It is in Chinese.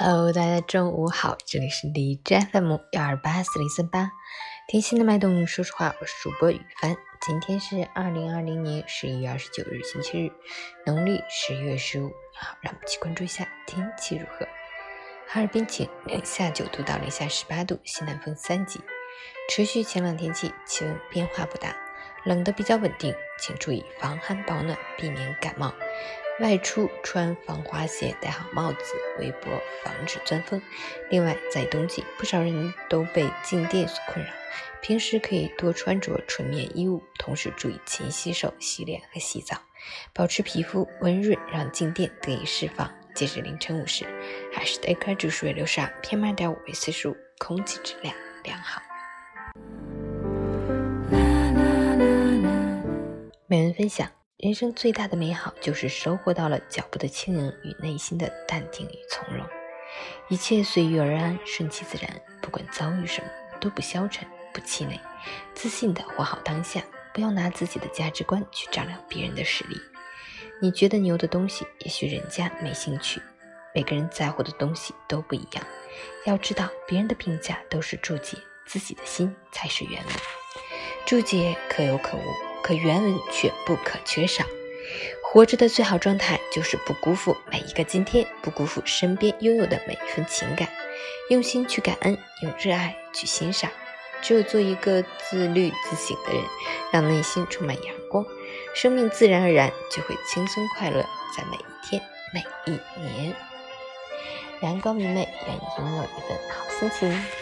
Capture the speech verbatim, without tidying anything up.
Hello， 大家中午好，这里是荔枝 F M 幺二八四零三八，听心的脉动，说实话，我是主播雨帆。今天是二零二零年十一月二十九日，星期日，农历十月十五。好，让我们一起关注一下天气如何。哈尔滨晴，零下九度到零下十八度，西南风三级，持续晴朗天气，气温变化不大，冷的比较稳定，请注意防寒保暖，避免感冒。外出穿防滑鞋，戴好帽子，围脖，防止钻风。另外，在冬季，不少人都被静电所困扰，平时可以多穿着纯棉衣物，同时注意勤洗手、洗脸和洗澡，保持皮肤温润，让静电得以释放。截至凌晨五时，海市的 A Q I 指数为六十二 ，P M 二点五 为四十五，空气质量良好。每人分享。人生最大的美好就是收获到了脚步的轻盈与内心的淡定与从容，一切随遇而安，顺其自然，不管遭遇什么都不消沉不气馁，自信地活好当下，不要拿自己的价值观去丈量别人的实力。你觉得牛的东西，也许人家没兴趣。每个人在乎的东西都不一样，要知道别人的评价都是注解，自己的心才是原文。注解可有可无，可原文却不可缺少。活着的最好状态就是不辜负每一个今天，不辜负身边拥有的每一份情感，用心去感恩，用热爱去欣赏。只有做一个自律自省的人，让内心充满阳光，生命自然而然就会轻松快乐，在每一天每一年。阳光明媚，愿你拥有一份好心情。